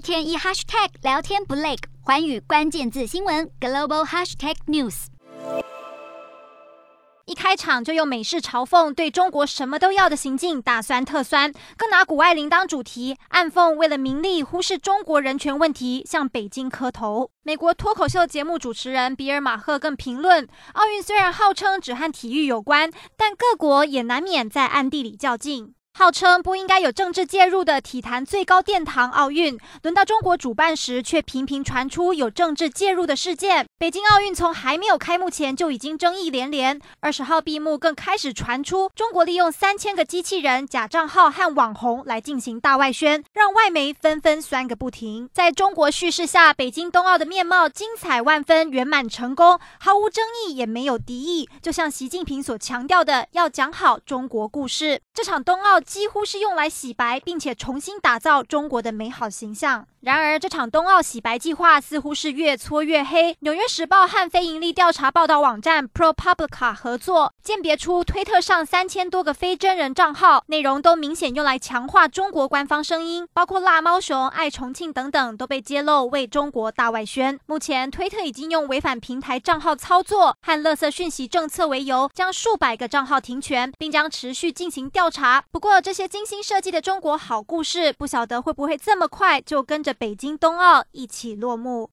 天一 hashtag 聊天不累，寰宇关键字新闻 global hashtag news。 一开场就用美式嘲讽对中国什么都要的行径大酸特酸，更拿谷爱凌当主题，暗讽为了名利忽视中国人权问题，向北京磕头。美国脱口秀节目主持人比尔马赫更评论，奥运虽然号称只和体育有关，但各国也难免在暗地里较劲。号称不应该有政治介入的体坛最高殿堂奥运，轮到中国主办时，却频频传出有政治介入的事件。北京奥运从还没有开幕前就已经争议连连，20号闭幕更开始传出中国利用3000个机器人、假账号和网红来进行大外宣，让外媒纷纷酸个不停。在中国叙事下，北京冬奥的面貌精彩万分，圆满成功，毫无争议，也没有敌意。就像习近平所强调的，要讲好中国故事。这场冬奥几乎是用来洗白，并且重新打造中国的美好形象。然而，这场冬奥洗白计划似乎是越搓越黑。纽约时报和非营利调查报道网站 ProPublica 合作，鉴别出推特上3000多个非真人账号，内容都明显用来强化中国官方声音，包括辣猫熊、爱重庆等等，都被揭露为中国大外宣。目前，推特已经用违反平台账号操作和垃圾讯息政策为由，将数百个账号停权，并将持续进行调查。不过，这些精心设计的中国好故事，不晓得会不会这么快就跟着北京冬奥一起落幕。